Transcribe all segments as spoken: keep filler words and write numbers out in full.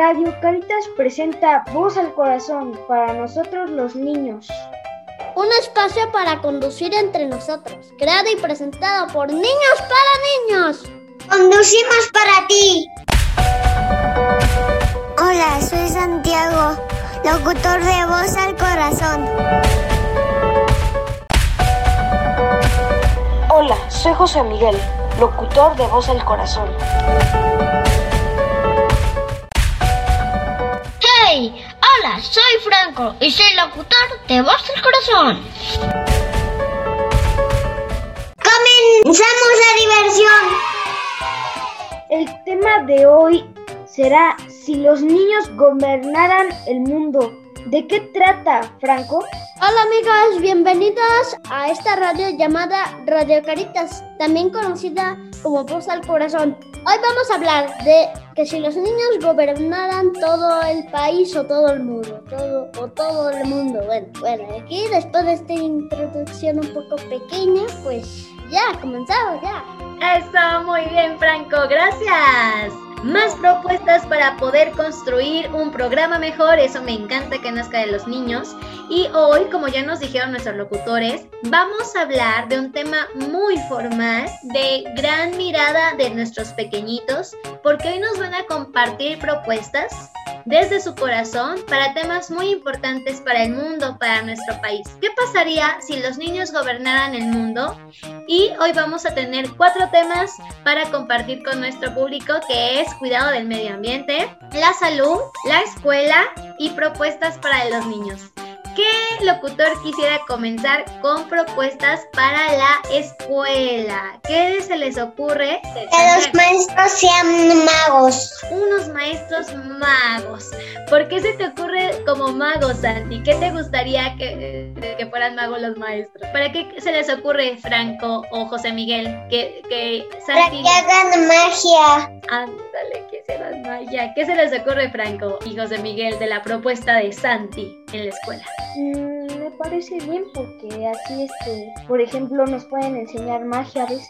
Radio Caritas presenta Voz al Corazón para nosotros los niños. Un espacio para conducir entre nosotros, creado y presentado por niños para niños. Conducimos para ti. Hola, soy Santiago, locutor de Voz al Corazón. Hola, soy José Miguel, locutor de Voz al Corazón. ¡Hey! Hola, soy Franco y soy locutor de Voz al Corazón. ¡Comenzamos la diversión! El tema de hoy será si los niños gobernaran el mundo. ¿De qué trata, Franco? Hola amigos, bienvenidos a esta radio llamada Radio Caritas, también conocida como Voz al Corazón. Hoy vamos a hablar de que si los niños gobernaran todo el país o todo el mundo, todo o todo el mundo. Bueno, bueno, aquí después de esta introducción un poco pequeña, pues ya, comenzamos ya. Eso, muy bien, Franco, gracias. Más propuestas para poder construir un programa mejor, eso me encanta que nazca de los niños. Y hoy, como ya nos dijeron nuestros locutores, vamos a hablar de un tema muy formal, de gran mirada de nuestros pequeñitos, porque hoy nos van a compartir propuestas desde su corazón para temas muy importantes para el mundo, para nuestro país. ¿Qué pasaría si los niños gobernaran el mundo? Y hoy vamos a tener cuatro temas para compartir con nuestro público, que es cuidado del medio ambiente, la salud, la escuela y propuestas para los niños. ¿Qué locutor quisiera comenzar con propuestas para la escuela? ¿Qué se les ocurre? Que los maestros sean magos. Unos maestros magos. ¿Por qué se te ocurre como magos, Santi? ¿Qué te gustaría que, que fueran magos los maestros? ¿Para qué se les ocurre, Franco o José Miguel? Que, que Para Santi... que hagan magia. Ándale, que se hagan magia. ¿Qué se les ocurre, Franco y José Miguel, de la propuesta de Santi en la escuela? Mm, me parece bien porque así, este, por ejemplo, nos pueden enseñar magia a veces.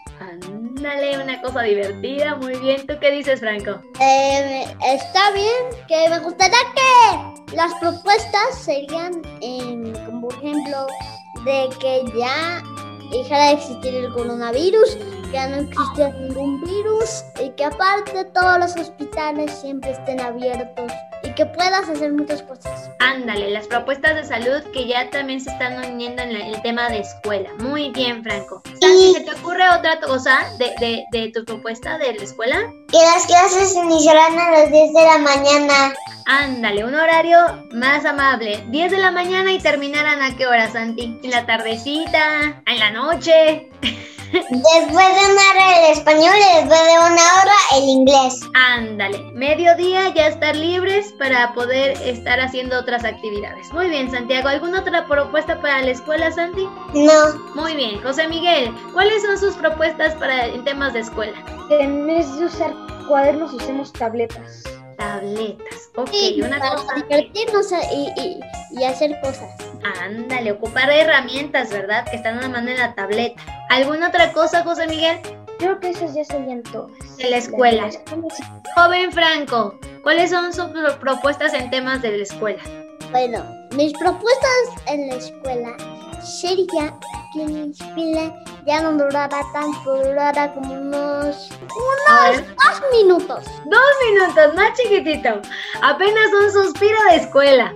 Ándale, una cosa divertida, muy bien. ¿Tú qué dices, Franco? Eh, está bien, que me gustaría que las propuestas serían, eh, como por ejemplo, de que ya dejara de existir el coronavirus, que ya no existiera ningún virus y que aparte todos los hospitales siempre estén abiertos y que puedas hacer muchas cosas. Ándale, las propuestas de salud que ya también se están uniendo en la, el tema de escuela. Muy bien, Franco. Santi, ¿se te ocurre otra cosa de, de, de tu propuesta de la escuela? Que las clases iniciarán a las diez de la mañana. Ándale, un horario más amable. diez de la mañana y terminarán ¿a qué hora, Santi? ¿En la tardecita? ¿En la noche? Después de una hora el español y después de una hora el inglés. Ándale, mediodía ya estar libres para poder estar haciendo otras actividades. Muy bien, Santiago, ¿alguna otra propuesta para la escuela, Santi? No. Muy bien, José Miguel, ¿cuáles son sus propuestas para en temas de escuela? En vez de usar cuadernos, usemos tabletas. Tabletas, ok, Sí, una para cosa. divertirnos y, y, y hacer cosas. Ándale, ocupar herramientas, ¿verdad? Que están a la mano en la tableta. ¿Alguna otra cosa, José Miguel? Creo que esas ya serían todas. De la escuela. La escuela sí. Joven Franco, ¿cuáles son sus pro- propuestas en temas de la escuela? Bueno, mis propuestas en la escuela sería que la escuela ya no durara tanto, durara como unos, A unos ver. dos minutos. Dos minutos, más chiquitito. Apenas un suspiro de escuela.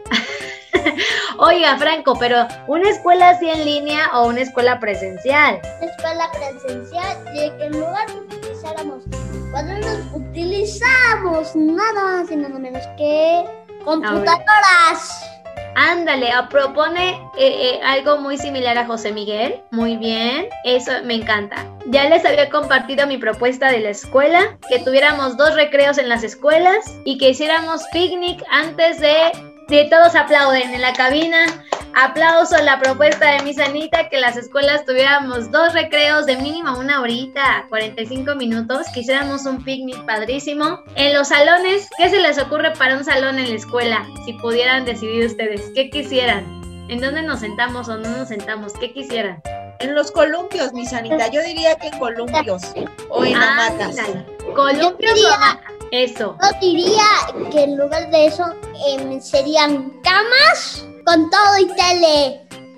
Oiga, Franco, pero ¿una escuela así en línea o una escuela presencial? La escuela presencial y que en lugar de utilizáramos cuadernos, utilizamos nada más y nada menos que computadoras. Ándale, a- propone eh, eh, algo muy similar a José Miguel. Muy bien, eso me encanta. Ya les había compartido mi propuesta de la escuela, que tuviéramos dos recreos en las escuelas y que hiciéramos picnic antes de... de todos aplauden en la cabina. Aplauso a la propuesta de mi Sanita, que las escuelas tuviéramos dos recreos de mínimo una horita, cuarenta y cinco minutos, que hiciéramos un picnic padrísimo. En los salones, ¿qué se les ocurre para un salón en la escuela? Si pudieran decidir ustedes, ¿qué quisieran? ¿En dónde nos sentamos o no nos sentamos? ¿Qué quisieran? En los columpios, mi Sanita. Yo diría que en columpios o en hamatas. Ándale. Columpios Yo o diría- hamaca. Eso. Yo diría que en lugar de eso eh, serían camas con todo y tele.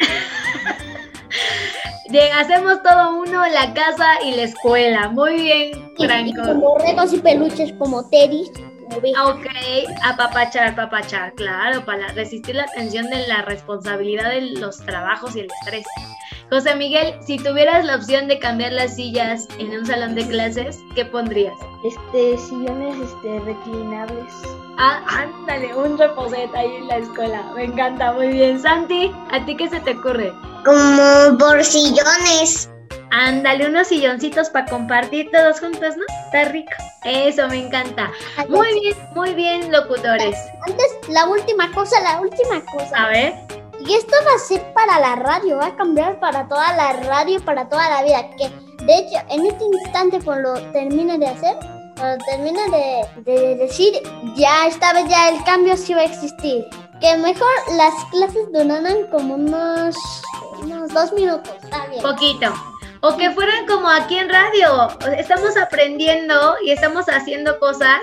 Bien, hacemos todo uno, la casa y la escuela. Muy bien, Franco. Y, y con borregos y peluches como Teddy. Ok, apapachar, apapachar, claro, para resistir la tensión de la responsabilidad de los trabajos y el estrés. José Miguel, si tuvieras la opción de cambiar las sillas en un salón de clases, ¿qué pondrías? Este, sillones este, reclinables. Ah, ándale, un reposete ahí en la escuela. Me encanta, muy bien. Santi, ¿a ti qué se te ocurre? Como por sillones. Ándale, unos silloncitos para compartir todos juntos, ¿no? Está rico. Eso, me encanta. Muy bien, muy bien, locutores. Antes, la última cosa, la última cosa. A ver. Y esto va a ser para la radio, va a cambiar para toda la radio, para toda la vida. Que, de hecho, en este instante, cuando lo termine de hacer, cuando termine de, de decir, ya esta vez ya el cambio sí va a existir. Que mejor las clases duraran como unos, unos dos minutos, está bien. Poquito. O que fueran como aquí en radio. Estamos aprendiendo y estamos haciendo cosas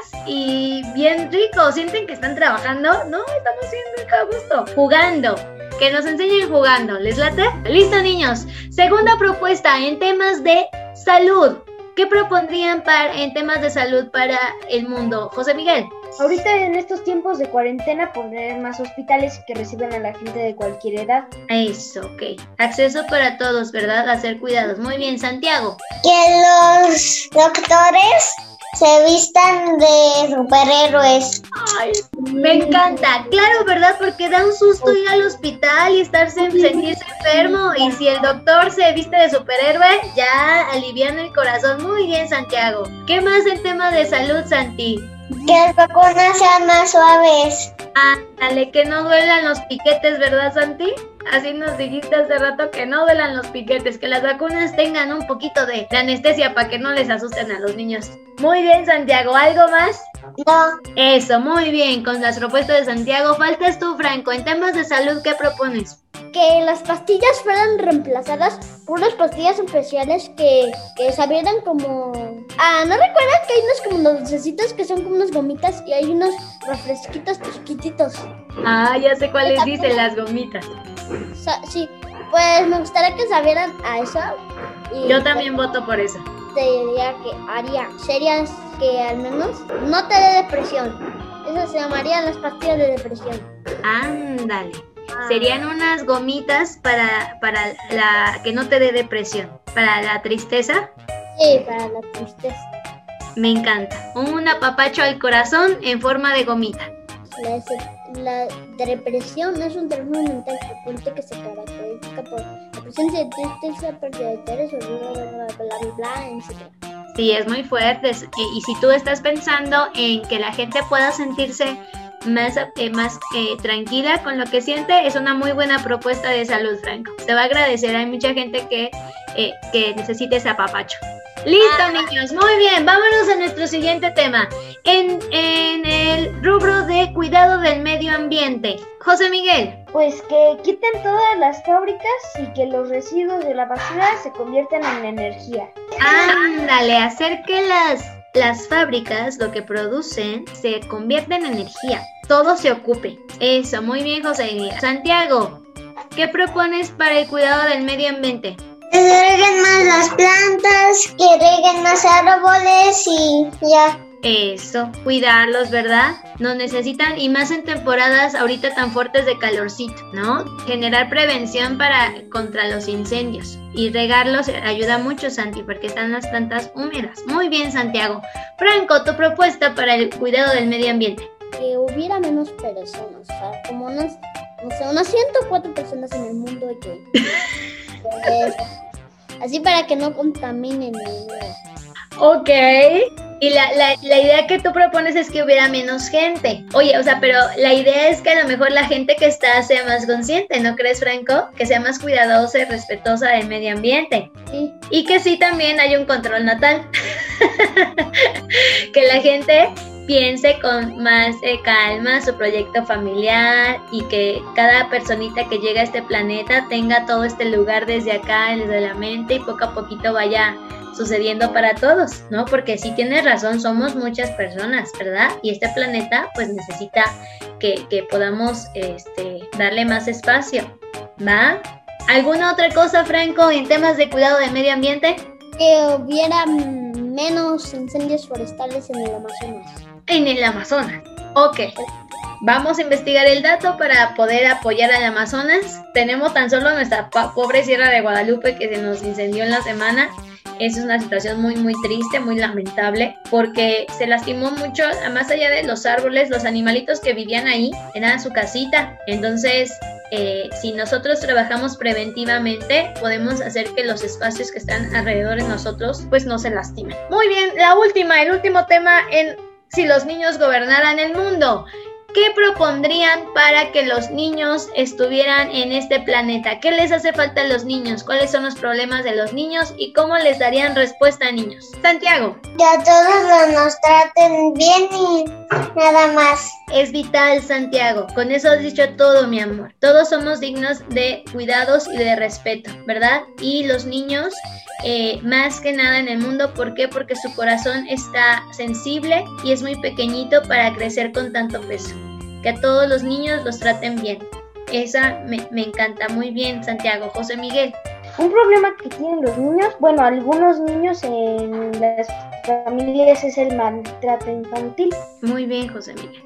y bien rico. ¿Sienten que están trabajando? No, estamos bien rico a gusto. Jugando. Que nos enseñen jugando. ¿Les late? Listo, niños. Segunda propuesta en temas de salud. ¿Qué propondrían para, en temas de salud para el mundo? José Miguel. Ahorita en estos tiempos de cuarentena poner más hospitales que reciban a la gente de cualquier edad. Eso, ok. Acceso para todos, ¿verdad? Hacer cuidados. Muy bien, Santiago. Que los doctores se vistan de superhéroes. Ay, me encanta. Claro, ¿verdad? Porque da un susto ir al hospital y estarse, sentirse enfermo. Y si el doctor se viste de superhéroe, ya alivian el corazón. Muy bien, Santiago. ¿Qué más en tema de salud, Santi? Que las vacunas sean más suaves. Ándale, que no duelan los piquetes, ¿verdad, Santi? Así nos dijiste hace rato, que no duelan los piquetes, que las vacunas tengan un poquito de, de anestesia para que no les asusten a los niños. Muy bien, Santiago, ¿algo más? No. Eso, muy bien, con las propuestas de Santiago. Faltas tú, Franco, en temas de salud, ¿qué propones? Que las pastillas fueran reemplazadas por unas pastillas especiales que, que sabieran como... Ah, ¿no recuerdan que hay unos como unos dulcecitos que son como unas gomitas y hay unos refresquitos chiquititos? Ah, ya sé cuáles dicen, las gomitas. O sea, sí, pues me gustaría que sabieran a eso. Y yo también pues, voto por eso. Te diría que haría, serían que al menos no te dé depresión. Esas se llamarían las pastillas de depresión. Ándale. Ah. Serían unas gomitas para, para la que no te dé depresión. ¿Para la tristeza? Sí, para la tristeza. Me encanta. Un apapacho al corazón en forma de gomita. La, la depresión es un trastorno mental frecuente que se caracteriza por la presencia de tristeza, pérdida de interés, bla, bla, bla, bla, etcétera. Sí, es muy fuerte. Y si tú estás pensando en que la gente pueda sentirse más, eh, más eh, tranquila con lo que siente, es una muy buena propuesta de salud, Franco. Te va a agradecer. Hay mucha gente que, eh, que necesita ese apapacho. Listo, niños, muy bien, vámonos a nuestro siguiente tema. En, en el rubro de cuidado del medio ambiente. José Miguel. Pues que quiten todas las fábricas y que los residuos de la basura se conviertan en energía. Ándale, hacer que las, las fábricas, lo que producen, se convierta en energía. Todo se ocupe. Eso, muy bien, José Miguel. Santiago, ¿qué propones para el cuidado del medio ambiente? Que reguen más las plantas, que reguen más árboles y ya. Eso, cuidarlos, ¿verdad? Nos necesitan, y más en temporadas ahorita tan fuertes de calorcito, ¿no? Generar prevención para contra los incendios. Y regarlos ayuda mucho, Santi, porque están las plantas húmedas. Muy bien, Santiago. Franco, tu propuesta para el cuidado del medio ambiente. Que hubiera menos personas, o sea, como unas, no sé, unas ciento cuatro personas en el mundo y que... pues, así para que no contaminen el mundo. Ok. Y la, la, la idea que tú propones es que hubiera menos gente. Oye, o sea, pero la idea es que a lo mejor la gente que está sea más consciente, ¿no crees, Franco? Que sea más cuidadosa y respetuosa del medio ambiente. Sí. Y que sí también hay un control natal. Que la gente piense con más eh, calma su proyecto familiar y que cada personita que llega a este planeta tenga todo este lugar desde acá, desde la mente, y poco a poquito vaya sucediendo para todos, ¿no? Porque sí tienes razón, somos muchas personas, ¿verdad? Y este planeta pues necesita que, que podamos este, darle más espacio, ¿va? ¿Alguna otra cosa, Franco, en temas de cuidado del medio ambiente? Que hubiera menos incendios forestales en el Amazonas. En el Amazonas, ok. Vamos a investigar el dato para poder apoyar al Amazonas. Tenemos tan solo nuestra pobre Sierra de Guadalupe que se nos incendió en la semana. Es una situación muy muy triste, muy lamentable, porque se lastimó mucho, más allá de los árboles, los animalitos que vivían ahí, era su casita. Entonces, eh, si nosotros trabajamos preventivamente, podemos hacer que los espacios que están alrededor de nosotros, pues no se lastimen. Muy bien, la última, el último tema en si los niños gobernaran el mundo. ¿Qué propondrían para que los niños estuvieran en este planeta? ¿Qué les hace falta a los niños? ¿Cuáles son los problemas de los niños? ¿Y cómo les darían respuesta a niños? Santiago. Que a todos nos traten bien y nada más. Es vital, Santiago. Con eso has dicho todo, mi amor. Todos somos dignos de cuidados y de respeto, ¿verdad? Y los niños, eh, más que nada en el mundo. ¿Por qué? Porque su corazón está sensible y es muy pequeñito para crecer con tanto peso. Que a todos los niños los traten bien. Esa me, me encanta. Muy bien, Santiago. José Miguel. Un problema que tienen los niños, bueno, algunos niños en las familias es el maltrato infantil. Muy bien, José Miguel.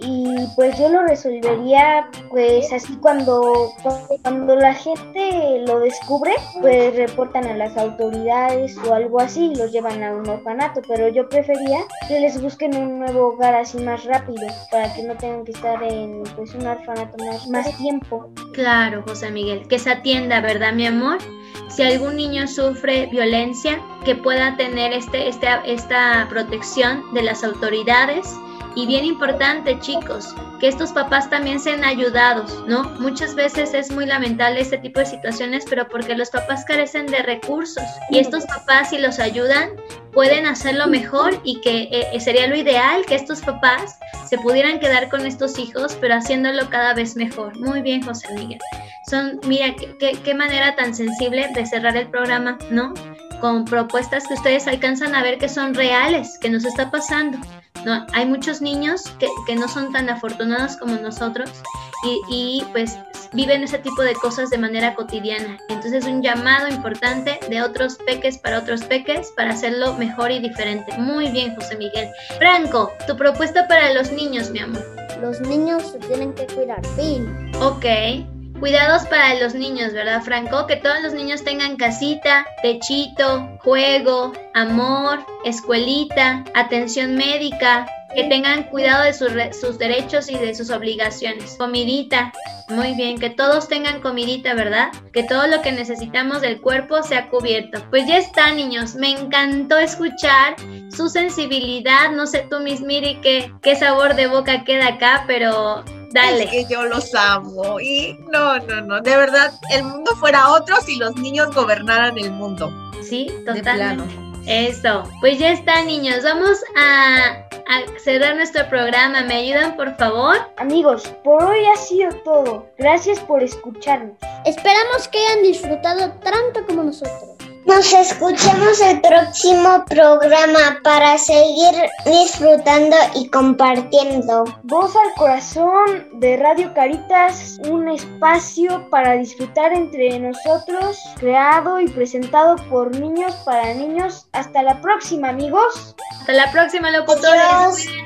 Y pues yo lo resolvería pues así cuando, cuando la gente lo descubre, pues reportan a las autoridades o algo así y los llevan a un orfanato, pero yo prefería que les busquen un nuevo hogar así más rápido para que no tengan que estar en pues un orfanato más, más tiempo. Claro, José Miguel, que se atienda, ¿verdad, mi amor? Si algún niño sufre violencia, que pueda tener este, este, esta protección de las autoridades. Y bien importante, chicos, que estos papás también sean ayudados, ¿no? Muchas veces es muy lamentable este tipo de situaciones, pero porque los papás carecen de recursos. Y estos papás, si los ayudan, pueden hacerlo mejor y que eh, sería lo ideal que estos papás se pudieran quedar con estos hijos, pero haciéndolo cada vez mejor. Muy bien, José Miguel. Son, mira, qué, qué, qué manera tan sensible de cerrar el programa, ¿no? Con propuestas que ustedes alcanzan a ver que son reales, que nos está pasando. No, hay muchos niños que, que no son tan afortunados como nosotros y, y pues viven ese tipo de cosas de manera cotidiana. Entonces un llamado importante de otros peques para otros peques para hacerlo mejor y diferente. Muy bien, José Miguel. Franco, tu propuesta para los niños, mi amor. Los niños se tienen que cuidar. Fin. Ok. Cuidados para los niños, ¿verdad, Franco? Que todos los niños tengan casita, techito, juego, amor, escuelita, atención médica, que tengan cuidado de sus, sus derechos y de sus obligaciones. Comidita, muy bien, que todos tengan comidita, ¿verdad? Que todo lo que necesitamos del cuerpo sea cubierto. Pues ya está, niños, me encantó escuchar su sensibilidad. No sé tú, Miss Miri, qué, qué sabor de boca queda acá, pero... Dale. Es que yo los amo y no, no, no, de verdad, el mundo fuera otro si los niños gobernaran el mundo. Sí, totalmente. Eso, pues ya está, niños, vamos a, a cerrar nuestro programa. ¿Me ayudan, por favor? Amigos, por hoy ha sido todo. Gracias por escucharnos. Esperamos que hayan disfrutado tanto como nosotros. Nos escuchamos el próximo programa para seguir disfrutando y compartiendo. Voz al Corazón de Radio Caritas, un espacio para disfrutar entre nosotros, creado y presentado por niños para niños. Hasta la próxima, amigos. Hasta la próxima, locutores. Adiós.